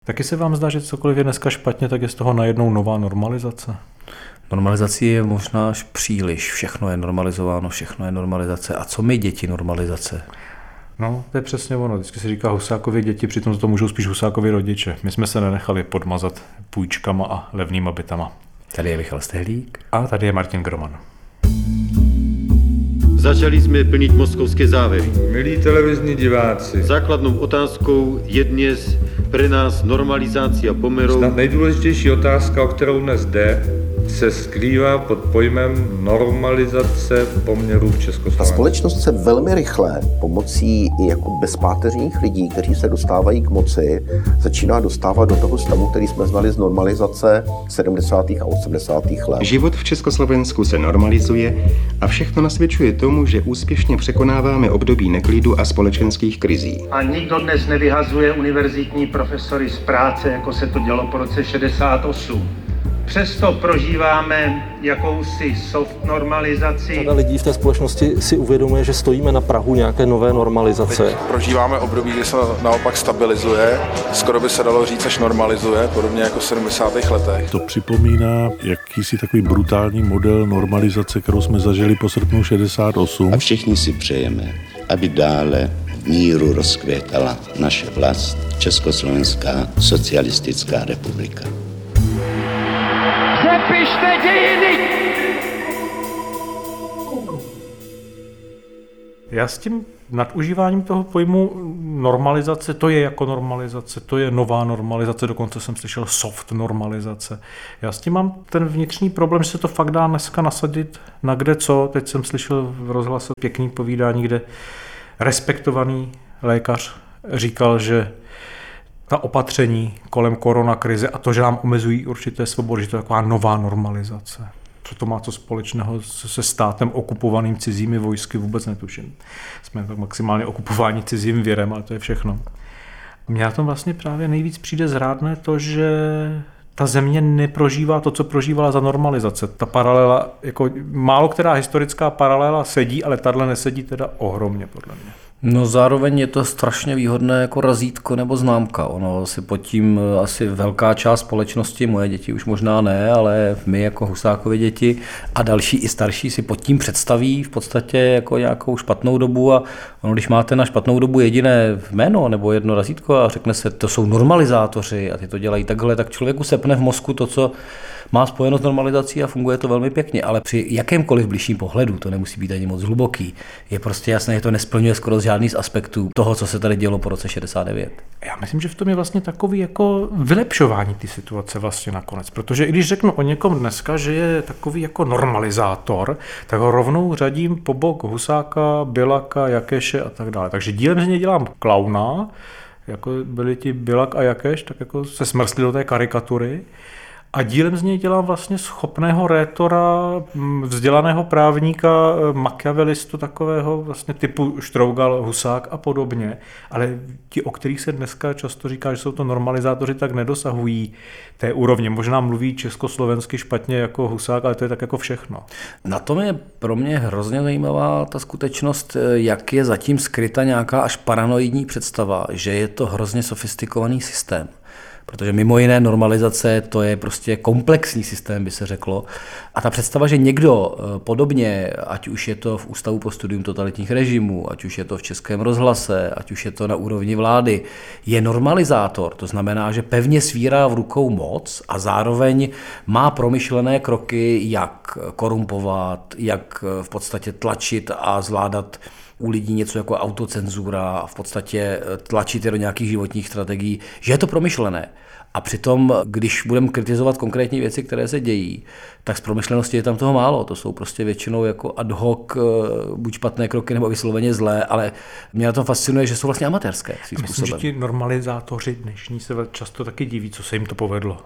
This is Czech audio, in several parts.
Taky se vám zdá, že cokoliv je dneska špatně, tak je z toho najednou nová normalizace? Normalizací je možná až příliš. Všechno je normalizováno, všechno je normalizace. A co my děti normalizace? No, to je přesně ono. Vždycky se říká Husákovy děti, přitom to můžou spíš Husákovi rodiče. My jsme se nenechali podmazat půjčkama a levnýma bytama. Tady je Michal Stehlík. A tady je Martin Groman. Začali jsme plnit moskovské závěry. Milí televizní diváci, Základnou otázkou je dnes pre nás normalizácia pomerov. snad nejdůležitější otázka, o kterou dnes jde, se skrývá pod pojmem normalizace poměrů v Ta Československu. společnost se velmi rychle pomocí i jako bezpáteřních lidí, kteří se dostávají k moci, začíná dostávat do toho stavu, který jsme znali z normalizace 70. a 80. let. Život v Československu se normalizuje a všechno nasvědčuje tomu, že úspěšně překonáváme období neklidu a společenských krizí. A nikdo dnes nevyhazuje univerzitní profesory z práce, jako se to dělo po roce 68. Přesto prožíváme jakousi soft normalizaci. Řada lidí v té společnosti si uvědomuje, že stojíme na prahu nějaké nové normalizace. Teď prožíváme období, kdy se naopak stabilizuje, skoro by se dalo říct, až normalizuje, podobně jako v 70. letech. To připomíná jakýsi takový brutální model normalizace, kterou jsme zažili po srpnu 68. A všichni si přejeme, aby dále v míru rozkvětala naše vlast, Československá socialistická republika. Přepište dějiny! Já s tím nadužíváním toho pojmu normalizace, to je jako normalizace, to je nová normalizace, dokonce jsem slyšel soft normalizace. Já s tím mám ten vnitřní problém, že se to fakt dá dneska nasadit na kde co. Teď jsem slyšel v rozhlase pěkný povídání, kde respektovaný lékař říkal, že ta opatření kolem koronakrize a to, že nám omezují určité svobody, že to je taková nová normalizace. Co to má co společného se státem okupovaným cizími vojsky, vůbec netuším. Jsme tak maximálně okupováni cizím věrem, ale to je všechno. Mně na tom vlastně právě nejvíc přijde zrádné to, že ta země neprožívá to, co prožívala za normalizace. Ta paralela, jako málo která historická paralela sedí, ale tahle nesedí teda ohromně, podle mě. No zároveň je to strašně výhodné jako razítko nebo známka. Ono si pod tím asi velká část společnosti, moje děti už možná ne, ale my jako Husákovy děti a další i starší si pod tím představí v podstatě jako nějakou špatnou dobu a ono, když máte na špatnou dobu jediné jméno nebo jedno razítko a řekne se, to jsou normalizátoři a ty to dělají takhle, tak člověku sepne v mozku to, co má spojeno s normalizací a funguje to velmi pěkně, ale při jakémkoliv bližším pohledu, to nemusí být ani moc hluboký, je prostě jasné, že to nesplňuje skoro žádný z aspektů toho, co se tady dělo po roce 69. Já myslím, že v tom je vlastně takový jako vylepšování té situace vlastně nakonec, protože i když řeknu o někom dneska, že je takový jako normalizátor, tak ho rovnou řadím po bok Husáka, Biľaka, Jakeše a tak dále. Takže dílem z něj dělám klauna, jako byli ti Biľak a Jakeš, tak jako se smrskli do té karikatury. A dílem z něj dělám vlastně schopného rétora, vzdělaného právníka, machiavelistu takového vlastně typu Štrougal, Husák a podobně. Ale ti, o kterých se dneska často říká, že jsou to normalizátoři, tak nedosahují té úrovně. Možná mluví československy špatně jako Husák, ale to je tak jako všechno. Na tom je pro mě hrozně zajímavá ta skutečnost, jak je zatím skryta nějaká až paranoidní představa, že je to hrozně sofistikovaný systém. Protože mimo jiné normalizace to je prostě komplexní systém, by se řeklo. A ta představa, že někdo podobně, ať už je to v Ústavu pro studium totalitních režimů, ať už je to v Českém rozhlase, ať už je to na úrovni vlády, je normalizátor. To znamená, že pevně svírá v rukou moc a zároveň má promyšlené kroky, jak korumpovat, jak v podstatě tlačit a zvládat u lidí něco jako autocenzura a v podstatě tlačit je do nějakých životních strategií, že je to promyšlené. A přitom, když budeme kritizovat konkrétní věci, které se dějí, tak z promyšlenosti je tam toho málo. To jsou prostě většinou jako ad hoc, buď špatné kroky, nebo vysloveně zlé, ale mě na tom fascinuje, že jsou vlastně amatérské svým způsobem. Myslím, že ti normalizátoři dnešní se často taky diví, co se jim to povedlo.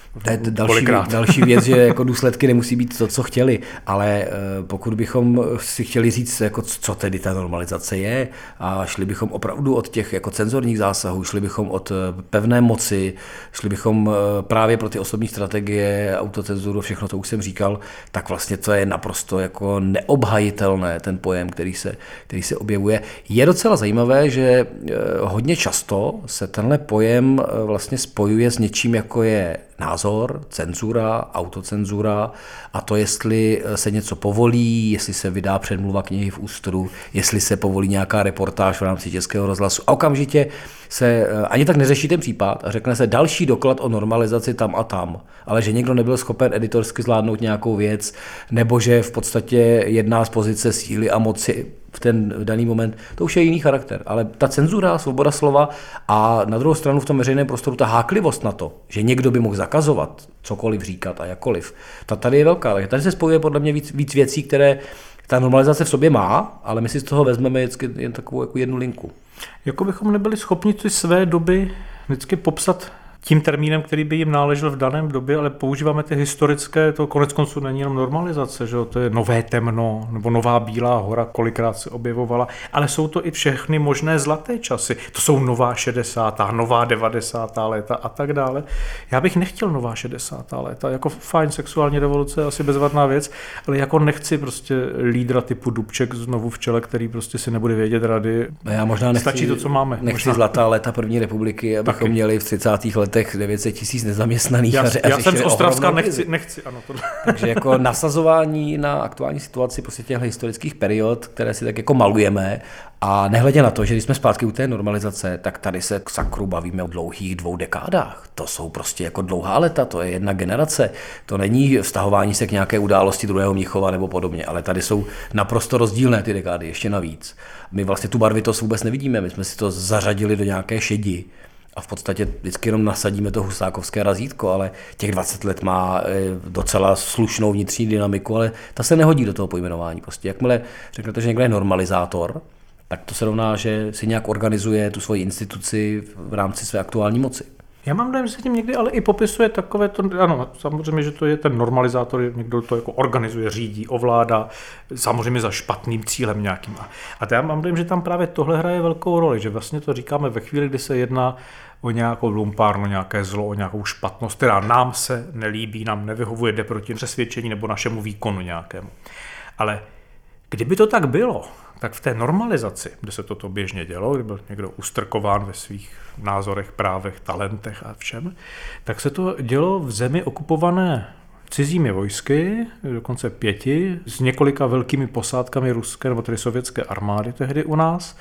To je další věc, že jako důsledky nemusí být to, co chtěli, ale pokud bychom si chtěli říct, jako co tedy ta normalizace je a šli bychom opravdu od těch jako cenzorních zásahů, šli bychom od pevné moci, šli bychom právě pro ty osobní strategie, autocenzuru, všechno to už jsem říkal, tak vlastně to je naprosto jako neobhajitelné, ten pojem, který se objevuje. Je docela zajímavé, že hodně často se tenhle pojem vlastně spojuje s něčím, jako je názor, cenzura, autocenzura a to, jestli se něco povolí, jestli se vydá předmluva knihy v ÚSTRu, jestli se povolí nějaká reportáž v rámci Českého rozhlasu. A okamžitě se ani tak neřeší ten případ a řekne se další doklad o normalizaci tam a tam, ale že někdo nebyl schopen editorsky zvládnout nějakou věc, nebo že v podstatě jedná z pozice síly a moci v ten daný moment, to už je jiný charakter. Ale ta cenzura, svoboda slova a na druhou stranu v tom veřejném prostoru ta háklivost na to, že někdo by mohl zakazovat cokoliv říkat a jakkoliv, ta tady je velká. Takže tady se spojuje podle mě víc věcí, které ta normalizace v sobě má, ale my si z toho vezmeme jen takovou jako jednu linku. Jako bychom nebyli schopni ty své doby vždycky popsat tím termínem, který by jim náležel v daném době, ale používáme ty historické, to koneckonců není jenom normalizace, že? To je nové temno nebo nová bílá hora, kolikrát se objevovala, ale jsou to i všechny možné zlaté časy. To jsou nová 60., nová 90. léta a tak dále. Já bych nechtěl nová 60. léta, jako fajn, sexuální revoluce je asi bezvadná věc, ale jako nechci prostě lídra typu Dubček znovu v čele, který prostě si nebude vědět rady. Já možná stačí to, co máme. Nechci zlatá léta první republiky, abychom měli v 30. letech 900 000 nezaměstnaných. Já jsem z Ostravska, nechci, ano. Takže jako nasazování na aktuální situaci prostě těchto historických period, které si tak jako malujeme a nehledě na to, že když jsme zpátky u té normalizace, tak tady se k sakru bavíme o dlouhých 2 dekádách. To jsou prostě jako dlouhá léta, to je jedna generace. To není vztahování se k nějaké události 2. Mnichova nebo podobně, ale tady jsou naprosto rozdílné ty dekády, ještě navíc. My vlastně tu barvitost vůbec nevidíme, my jsme si to zařadili do nějaké šedi. A v podstatě vždycky jenom nasadíme to husákovské razítko, ale těch 20 let má docela slušnou vnitřní dynamiku, ale ta se nehodí do toho pojmenování. Prostě jakmile řeknete, že někdo je normalizátor, tak to se rovná, že si nějak organizuje tu svoji instituci v rámci své aktuální moci. Já mám dojem, že se tím někdy ale i popisuje takové to, ano, samozřejmě, že to je ten normalizátor, někdo to jako organizuje, řídí, ovládá, samozřejmě za špatným cílem nějakým. A já mám dojem, že tam právě tohle hraje velkou roli, že vlastně to říkáme ve chvíli, kdy se jedná o nějakou lumpárnu, nějaké zlo, o nějakou špatnost, která nám se nelíbí, nám nevyhovuje, jde proti přesvědčení nebo našemu výkonu nějakému. Ale kdyby to tak bylo, tak v té normalizaci, kde se toto běžně dělo, kdy byl někdo ustrkován ve svých názorech, právech, talentech a všem, tak se to dělo v zemi okupované cizími vojsky, dokonce 5, s několika velkými posádkami ruské nebo tedy sovětské armády tehdy u nás,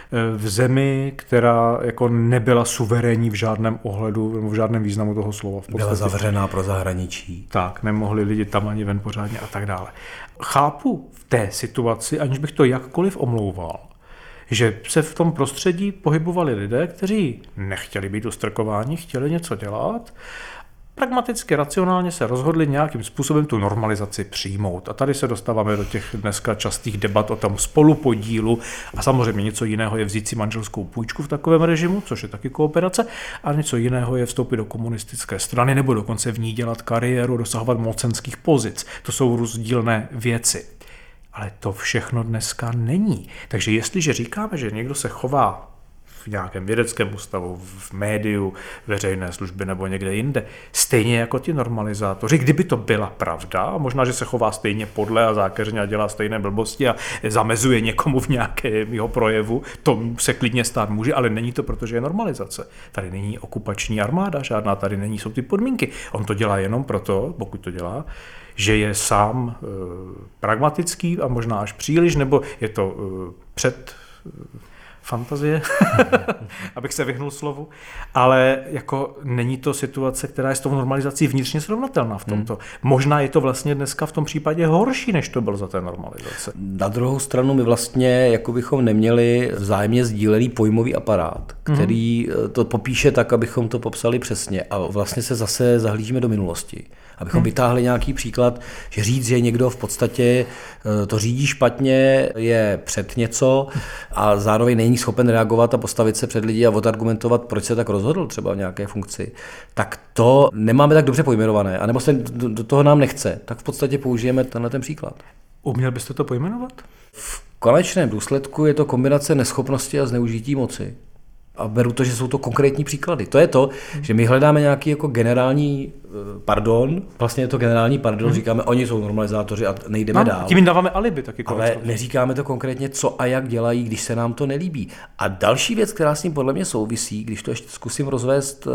v zemi, která jako nebyla suverénní v žádném ohledu nebo v žádném významu toho slova. V byla zavřená pro zahraničí. Tak, nemohli lidi tam ani ven pořádně a tak dále. Chápu v té situaci, aniž bych to jakkoliv omlouval, že se v tom prostředí pohybovali lidé, kteří nechtěli být ustrkováni, chtěli něco dělat, pragmaticky, racionálně se rozhodli nějakým způsobem tu normalizaci přijmout. A tady se dostáváme do těch dneska častých debat o tom spolupodílu a samozřejmě něco jiného je vzít si manželskou půjčku v takovém režimu, což je taky kooperace, a něco jiného je vstoupit do komunistické strany nebo dokonce v ní dělat kariéru, dosahovat mocenských pozic. To jsou rozdílné věci. Ale to všechno dneska není. Takže jestliže říkáme, že někdo se chová v nějakém vědeckém ústavu, v médiu, veřejné služby nebo někde jinde, stejně jako ti normalizátoři, kdyby to byla pravda, možná, že se chová stejně podle a zákeřně a dělá stejné blbosti a zamezuje někomu v nějakém jeho projevu, to se klidně stát může, ale není to, protože je normalizace. Tady není okupační armáda, žádná tady není, jsou ty podmínky. On to dělá jenom proto, pokud to dělá, že je sám pragmatický a možná až příliš, nebo je to před fantazie, abych se vyhnul slovu, ale jako není to situace, která je s tou normalizací vnitřně srovnatelná v tomto. Možná je to vlastně dneska v tom případě horší, než to bylo za té normalizace. Na druhou stranu my vlastně jako bychom neměli vzájemně sdílený pojmový aparát, který to popíše tak, abychom to popsali přesně a vlastně se zase zahlížíme do minulosti. Abychom vytáhli nějaký příklad, že říct, že někdo v podstatě to řídí špatně, je před něco a zároveň není není schopen reagovat a postavit se před lidi a odargumentovat, proč se tak rozhodl třeba v nějaké funkci, tak to nemáme tak dobře pojmenované, anebo se do toho nám nechce, tak v podstatě použijeme tenhle ten příklad. Uměl byste to pojmenovat? V konečném důsledku je to kombinace neschopnosti a zneužití moci. A beru to, že jsou to konkrétní příklady. To je to, že my hledáme nějaký jako generální pardon, vlastně je to generální pardon, říkáme, oni jsou normalizátoři a nejdeme dál. Tím jim dáváme alibi taky. Ale neříkáme to konkrétně, co a jak dělají, když se nám to nelíbí. A další věc, která s tím podle mě souvisí, když to ještě zkusím rozvést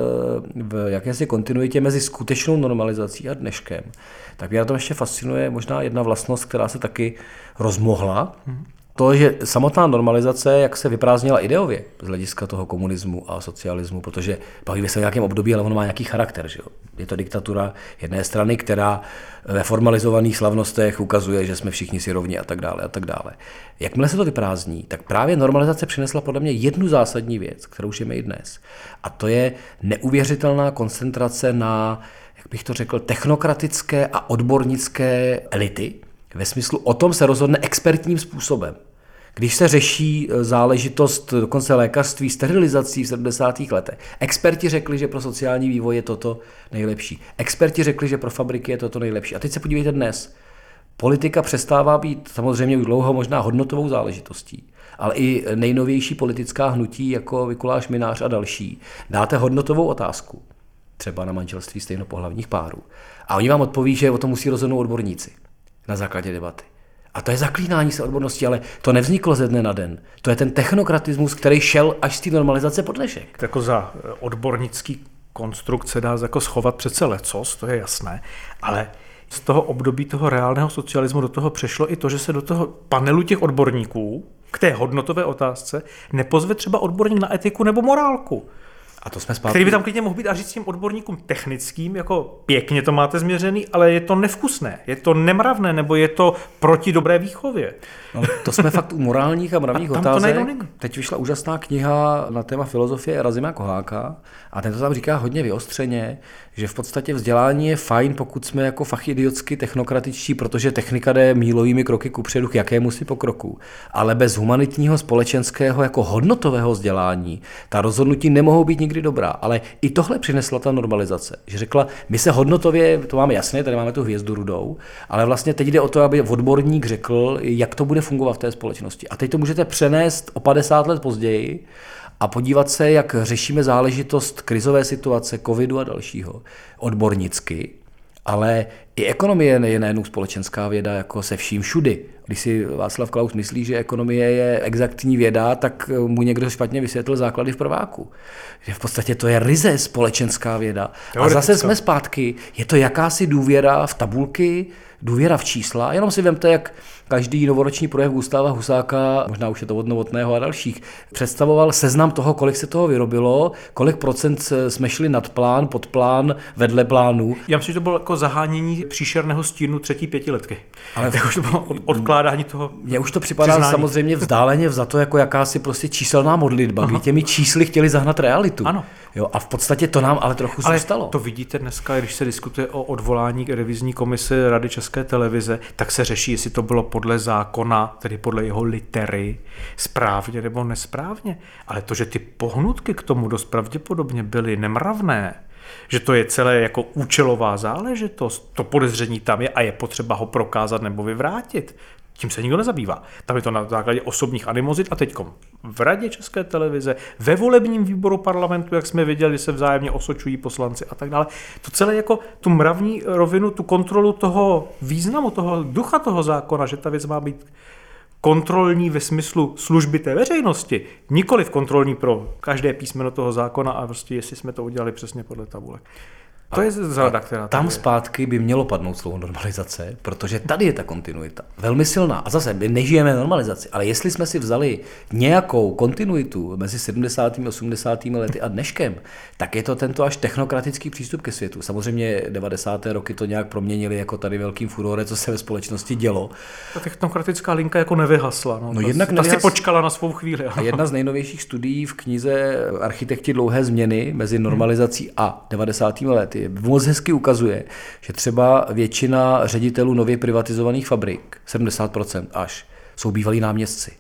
v jakési kontinuitě mezi skutečnou normalizací a dneškem, tak mě na tom ještě fascinuje možná jedna vlastnost, která se taky rozmohla. To, že samotná normalizace, jak se vyprázdnila ideově z hlediska toho komunismu a socialismu, protože bavíme se o nějakém období, ale ono má nějaký charakter. Že jo? Je to diktatura jedné strany, která ve formalizovaných slavnostech ukazuje, že jsme všichni si rovni a tak dále a tak dále. Jakmile se to vyprázdní, tak právě normalizace přinesla podle mě jednu zásadní věc, kterou žijeme i dnes. A to je neuvěřitelná koncentrace na, jak bych to řekl, technokratické a odbornické elity. Ve smyslu, o tom se rozhodne expertním způsobem. Když se řeší záležitost dokonce lékařství, sterilizací v 70. letech, experti řekli, že pro sociální vývoj je toto nejlepší. Experti řekli, že pro fabriky je toto nejlepší. A teď se podívejte dnes. Politika přestává být samozřejmě už dlouho možná hodnotovou záležitostí, ale i nejnovější politická hnutí jako Mikuláš Minář a další. Dáte hodnotovou otázku, třeba na manželství stejnopohlavních párů. A oni vám odpoví, že o tom musí rozhodnout odborníci na základě debaty. A to je zaklínání se odborností, ale to nevzniklo ze dne na den. To je ten technokratismus, který šel až z té normalizace pod dnešek. Jako za odbornický konstrukt se dá jako schovat přece lecos, to je jasné, ale z toho období toho reálného socialismu do toho přešlo i to, že se do toho panelu těch odborníků k té hodnotové otázce nepozve třeba odborník na etiku nebo morálku. A to jsme zpátky. Který by tam klidně mohl být a říct tím odborníkům technickým, jako pěkně to máte změřený, ale je to nevkusné, je to nemravné, nebo je to proti dobré výchově. No, to jsme fakt u morálních a mravních otázek. Teď vyšla úžasná kniha na téma filozofie Erazima Koháka a ten to tam říká hodně vyostřeně, že v podstatě vzdělání je fajn, pokud jsme jako fachidiotsky technokratičtí, protože technika jde mílovými kroky kupředu k jakémusi pokroku. Ale bez humanitního, společenského, jako hodnotového vzdělání ta rozhodnutí nemohou být nikdy dobrá. Ale i tohle přinesla ta normalizace. Že řekla, my se hodnotově, to máme jasné, tady máme tu hvězdu rudou, ale vlastně teď jde o to, aby odborník řekl, jak to bude fungovat v té společnosti. A teď to můžete přenést o 50 let později a podívat se, jak řešíme záležitost krizové situace, covidu a dalšího odbornicky, ale i ekonomie je nejenom společenská věda jako se vším všudy. Když si Václav Klaus myslí, že ekonomie je exaktní věda, tak mu někdo špatně vysvětlil základy v prváku. Že v podstatě to je ryze společenská věda. A zase jsme zpátky, je to jakási důvěra v tabulky, důvěra v čísla. Jenom si vemte, jak každý novoroční projev Gustáva Husáka, možná už je to od Novotného a dalších, představoval seznam toho, kolik se toho vyrobilo, kolik procent jsme šli nad plán, pod plán, vedle plánu. Já myslím, že to bylo jako zahánění příšerného stínu třetí pětiletky. Ale už to bylo odkládání toho. Mně už to připadá přiznání. Samozřejmě vzdáleně vzato jako jakási prostě číselná modlitba, kdy těmi čísly chtěli zahnat realitu. Ano. Jo, a v podstatě to nám ale trochu zůstalo. To vidíte dneska, když se diskutuje o odvolání revizní komise Rady České televize, tak se řeší, jestli to bylo podle zákona, tedy podle jeho litery, správně nebo nesprávně. Ale to, že ty pohnutky k tomu dost pravděpodobně byly nemravné, že to je celé jako účelová záležitost, to podezření tam je a je potřeba ho prokázat nebo vyvrátit. Tím se nikdo nezabývá. Tam je to na základě osobních animozit a teďkom v Radě České televize, ve volebním výboru parlamentu, jak jsme viděli, se vzájemně osočují poslanci a tak dále. To celé jako tu mravní rovinu, tu kontrolu toho významu, toho ducha toho zákona, že ta věc má být kontrolní ve smyslu služby té veřejnosti, nikoliv kontrolní pro každé písmeno toho zákona a prostě jestli jsme to udělali přesně podle tabulek. To je zrada, která tam zpátky by mělo padnout slovo normalizace, protože tady je ta kontinuita velmi silná. A zase, my nežijeme normalizaci, ale jestli jsme si vzali nějakou kontinuitu mezi 70. a 80. lety a dneškem, tak je to tento až technokratický přístup ke světu. Samozřejmě 90. roky to nějak proměnili jako tady velkým furore, co se ve společnosti dělo. Ta technokratická linka jako nevyhasla. No jednak ta si počkala na svou chvíli. A jedna z nejnovějších studií v knize Architekti dlouhé změny mezi normalizací a 90. lety moc hezky ukazuje, že třeba většina ředitelů nově privatizovaných fabrik, 70% až, jsou bývalí náměstci.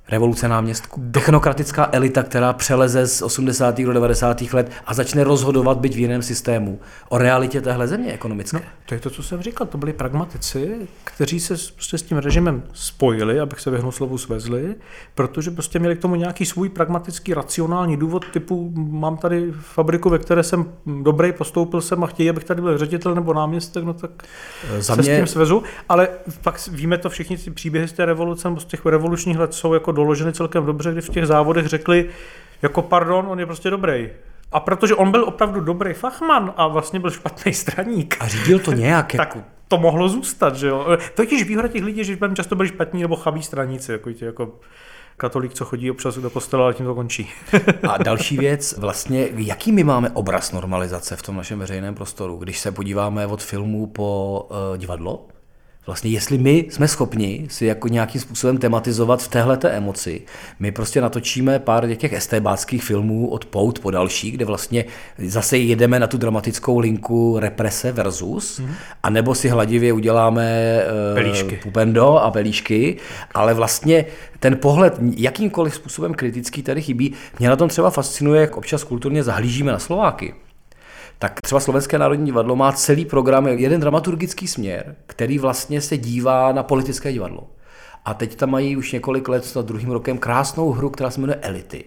Revoluce náměstků. Technokratická elita, která přeleze z 80. do 90. let a začne rozhodovat, byť v jiném systému, o realitě téhle země ekonomické. No, to je to, co jsem říkal. To byli pragmatici, kteří se prostě s tím režimem spojili, abych se vyhnul slovu svezli, protože prostě měli k tomu nějaký svůj pragmatický, racionální důvod typu mám tady fabriku, ve které jsem dobrý, postoupil jsem a chtějí, abych tady byl ředitel nebo náměstek, no tak se s tím svezu. Ale pak víme to všichni ty příběhy z té revoluce, nebo z těch revolučních let jsou jako doloženy celkem dobře, kdy v těch závodech řekli, jako pardon, on je prostě dobrý. A protože on byl opravdu dobrý fachman a vlastně byl špatný straník. A řídil to nějak. Tak to mohlo zůstat, že jo. To je těž výhoda těch lidí, že často byli špatní nebo chabí straníci, jako katolík, co chodí občas do kostela, ale tím to končí. A další věc, vlastně, jaký my máme obraz normalizace v tom našem veřejném prostoru, když se podíváme od filmu po divadlo? Vlastně jestli my jsme schopni si jako nějakým způsobem tematizovat v téhleté emoci, my prostě natočíme pár těch estébáckých filmů od Pout po další, kde vlastně zase jedeme na tu dramatickou linku represe versus, anebo si hladivě uděláme pupendo a pelíšky, ale vlastně ten pohled jakýmkoliv způsobem kritický tady chybí. Mě na tom třeba fascinuje, jak občas kulturně zahlížíme na Slováky. Tak třeba Slovenské národní divadlo má celý program, jeden dramaturgický směr, který vlastně se dívá na politické divadlo. A teď tam mají už několik let s druhým rokem krásnou hru, která se jmenuje Elity.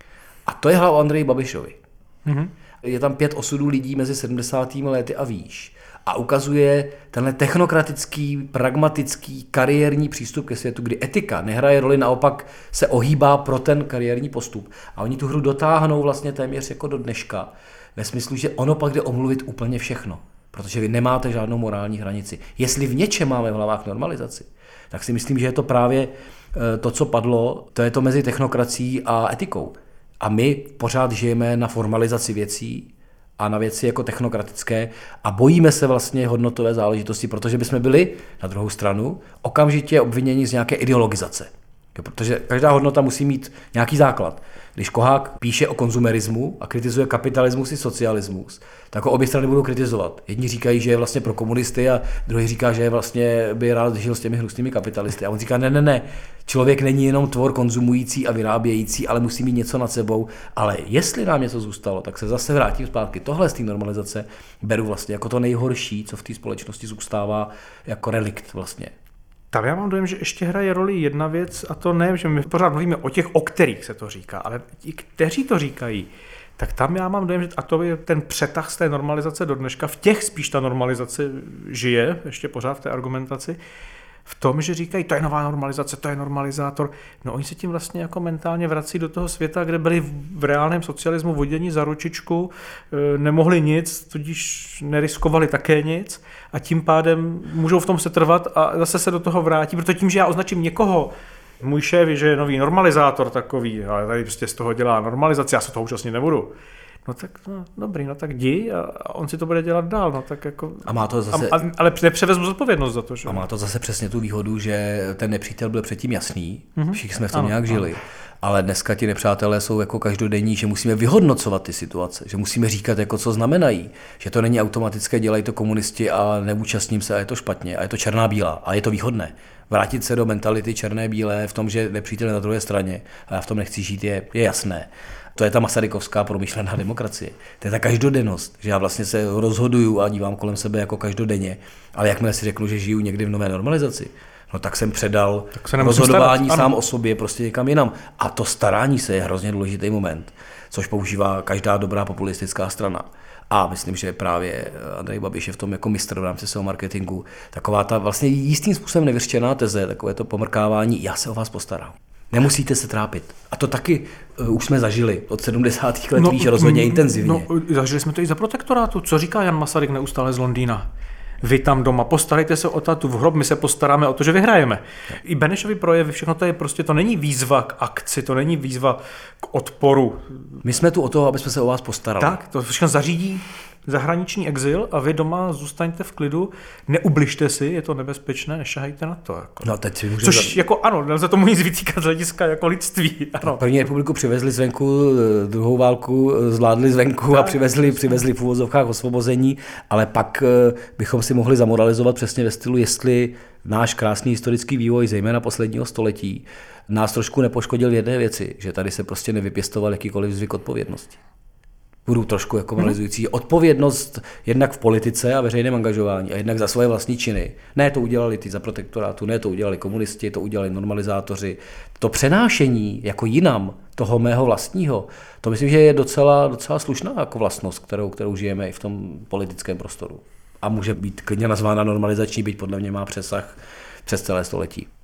A to je hra o Andreji Babišovi. Mm-hmm. Je tam 5 osudů lidí mezi 70. lety a výš. A ukazuje tenhle technokratický, pragmatický, kariérní přístup ke světu, kdy etika nehraje roli, naopak se ohýbá pro ten kariérní postup. A oni tu hru dotáhnou vlastně téměř jako do dneška. Ve smyslu, že ono pak jde omluvit úplně všechno, protože vy nemáte žádnou morální hranici. Jestli v něčem máme v hlavách normalizaci, tak si myslím, že je to právě to, co padlo, to je to mezi technokracií a etikou. A my pořád žijeme na formalizaci věcí a na věci jako technokratické a bojíme se vlastně hodnotové záležitosti, protože bychom byli na druhou stranu okamžitě obviněni z nějaké ideologizace. Protože každá hodnota musí mít nějaký základ. Když Kohák píše o konzumerismu a kritizuje kapitalismus i socialismus, tak ho obě strany budou kritizovat. Jedni říkají, že je vlastně pro komunisty a druhý říká, že vlastně by rád žil s těmi hnusnými kapitalisty. A on říká, ne, člověk není jenom tvor konzumující a vyrábějící, ale musí mít něco nad sebou. Ale jestli nám něco zůstalo, tak se zase vrátím zpátky. Tohle z té normalizace beru vlastně jako to nejhorší, co v té společnosti zůstává jako relikt vlastně. Tam já mám dojem, že ještě hraje roli jedna věc a to ne, že my pořád mluvíme o těch, o kterých se to říká, ale ti, kteří to říkají, tak tam já mám dojem, že a to je ten přetah z té normalizace do dneška, v těch spíš ta normalizace žije, ještě pořád v té argumentaci, v tom, že říkají, to je nová normalizace, to je normalizátor. No oni se tím vlastně jako mentálně vrací do toho světa, kde byli v reálném socialismu voděni za ručičku, nemohli nic, tudíž neriskovali také nic a tím pádem můžou v tom se trvat a zase se do toho vrátí, protože tím, že já označím někoho, můj šéf je, že je nový normalizátor takový, ale tady prostě z toho dělá normalizaci, já se toho účastnit nebudu. No tak no, dobrý, no tak jdi a on si to bude dělat dál, no tak jako... A má to zase... ale nepřevezmu zodpovědnost za to, že? A má to zase přesně tu výhodu, že ten nepřítel byl předtím jasný, všichni jsme v tom nějak žili, ale dneska ti nepřátelé jsou jako každodenní, že musíme vyhodnocovat ty situace, že musíme říkat, jako co znamenají, že to není automatické, dělají to komunisti a neúčastním se a je to špatně a je to černá bílá a je to výhodné. Vrátit se do mentality černé bílé v tom, že nepřítel je na druhé straně a já v tom nechci žít, je jasné. To je ta masarykovská promyšlená demokracie. To je ta každodennost, že já vlastně se rozhoduju a dívám kolem sebe jako každodenně, ale jakmile si řeknu, že žiju někdy v nové normalizaci, no tak jsem předal rozhodování sám o sobě prostě někam jinam. A to starání se je hrozně důležitý moment, což používá každá dobrá populistická strana. A myslím, že právě Andrej Babiš je v tom jako mistr v rámci svého marketingu. Taková ta vlastně jistým způsobem nevyřčená teze, takové to pomrkávání, já se o vás postarám. Nemusíte se trápit. A to taky už jsme zažili od 70. let, víš, rozhodně intenzivně. No, zažili jsme to i za protektorátu. Co říká Jan Masaryk neustále z Londýna? Vy tam doma, postarejte se o tatu v hrob, my se postaráme o to, že vyhrajeme. I Benešovy projevy, všechno to je prostě, to není výzva k akci, to není výzva k odporu. My jsme tu o toho, aby jsme se o vás postarali. Tak, to všechno zařídí zahraniční exil a vy doma zůstaňte v klidu, neubližte si, je to nebezpečné, nešahajte na to. Jako. No, teď si což jako ano, nelze tomu nic vytýkat z hlediska jako lidství. Ano. První republiku přivezli zvenku, druhou válku zvládli zvenku a přivezli v uvozovkách osvobození, ale pak bychom si mohli zamoralizovat přesně ve stylu, jestli náš krásný historický vývoj, zejména posledního století, nás trošku nepoškodil v jedné věci, že tady se prostě nevypěstoval jakýkoliv zvyk odpovědnosti. Budu trošku jako moralizující. Odpovědnost jednak v politice a veřejném angažování a jednak za svoje vlastní činy. Ne, to udělali ty za protektorátu, ne, to udělali komunisti, to udělali normalizátoři. To přenášení jako jinam toho mého vlastního, to myslím, že je docela slušná jako vlastnost, kterou žijeme i v tom politickém prostoru. A může být klidně nazvána normalizační, byť podle mě má přesah přes celé století.